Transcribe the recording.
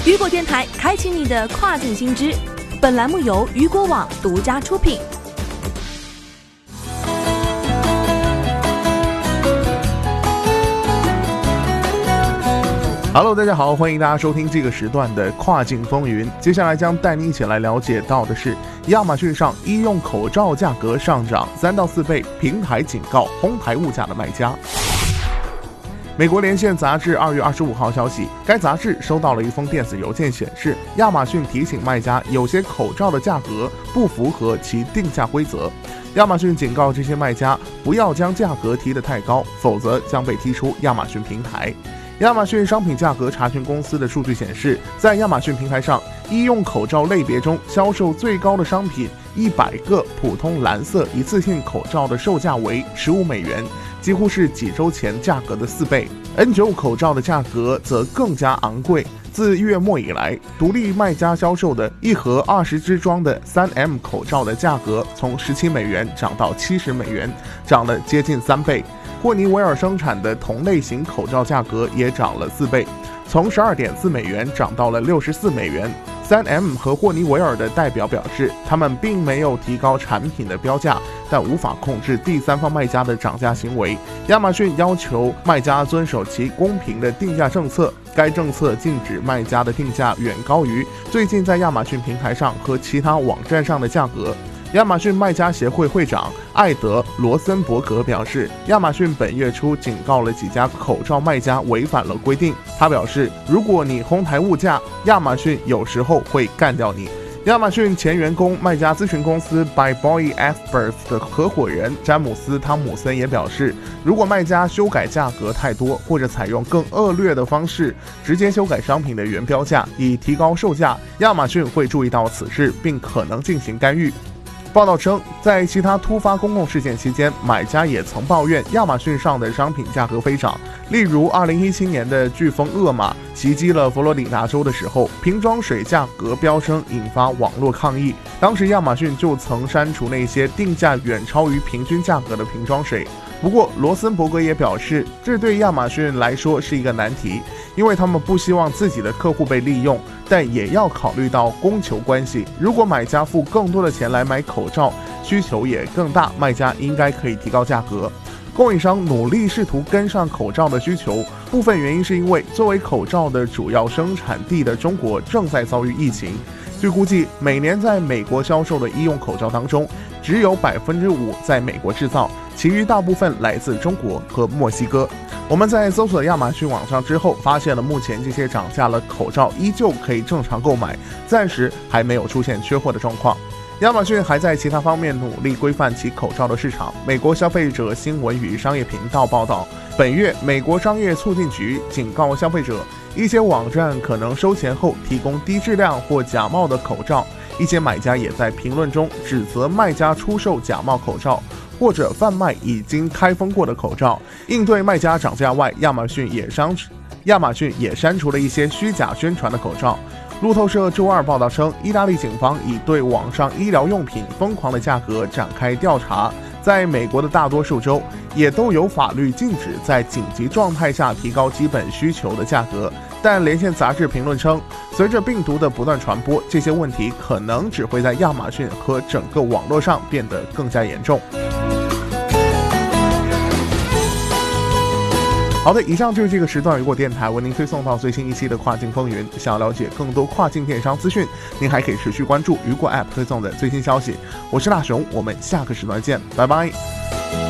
雨果电台开启你的跨境新知，本栏目由雨果网独家出品。 Hello， 大家好，欢迎大家收听这个时段的跨境风云。接下来将带你一起来了解到的是，亚马逊上医用口罩价格上涨3到4倍，平台警告哄抬物价的卖家。美国连线杂志2月25号消息，该杂志收到了一封电子邮件，显示亚马逊提醒卖家，有些口罩的价格不符合其定价规则。亚马逊警告这些卖家不要将价格提得太高，否则将被踢出亚马逊平台。亚马逊商品价格查询公司的数据显示，在亚马逊平台上，医用口罩类别中销售最高的商品100个普通蓝色一次性口罩的售价为$15，几乎是几周前价格的4倍。N95 口罩的价格则更加昂贵。自1月末以来，独立卖家销售的一盒20支装的 3M 口罩的价格从$17涨到$70，涨了接近3倍。霍尼韦尔生产的同类型口罩价格也涨了4倍，从$12.4涨到了$64。3M 和霍尼韦尔的代表表示，他们并没有提高产品的标价，但无法控制第三方卖家的涨价行为。亚马逊要求卖家遵守其公平的定价政策，该政策禁止卖家的定价远高于最近在亚马逊平台上和其他网站上的价格。亚马逊卖家协会会长艾德·罗森伯格表示，亚马逊本月初警告了几家口罩卖家违反了规定。他表示，如果你哄抬物价，亚马逊有时候会干掉你。亚马逊前员工卖家咨询公司 By Boy Experts 的合伙人詹姆斯·汤姆森也表示，如果卖家修改价格太多，或者采用更恶劣的方式直接修改商品的原标价以提高售价，亚马逊会注意到此事，并可能进行干预。报道称，在其他突发公共事件期间，买家也曾抱怨亚马逊上的商品价格飞涨。例如2017年的飓风厄玛袭击了佛罗里达州的时候，瓶装水价格飙升，引发网络抗议。当时亚马逊就曾删除那些定价远超于平均价格的瓶装水。不过罗森伯格也表示，这对亚马逊来说是一个难题，因为他们不希望自己的客户被利用，但也要考虑到供求关系。如果买家付更多的钱来买口罩，需求也更大，卖家应该可以提高价格。供应商努力试图跟上口罩的需求，部分原因是因为作为口罩的主要生产地的中国正在遭遇疫情。据估计，每年在美国销售的医用口罩当中，只有5%在美国制造，其余大部分来自中国和墨西哥。我们在搜索亚马逊网上之后，发现了目前这些涨价了口罩依旧可以正常购买，暂时还没有出现缺货的状况。亚马逊还在其他方面努力规范其口罩的市场。美国消费者新闻与商业频道报道，本月美国商业促进局警告消费者，一些网站可能收钱后提供低质量或假冒的口罩。一些买家也在评论中指责卖家出售假冒口罩，或者贩卖已经开封过的口罩。应对卖家涨价外，亚马逊也删除了一些虚假宣传的口罩。路透社周二报道称，意大利警方已对网上医疗用品疯狂的价格展开调查。在美国的大多数州，也都有法律禁止在紧急状态下提高基本需求的价格。但连线杂志评论称，随着病毒的不断传播，这些问题可能只会在亚马逊和整个网络上变得更加严重。好的，以上就是这个时段雨果电台为您推送到最新一期的跨境风云。想要了解更多跨境电商资讯，您还可以持续关注雨果 App 推送的最新消息。我是大熊，我们下个时段见，拜拜。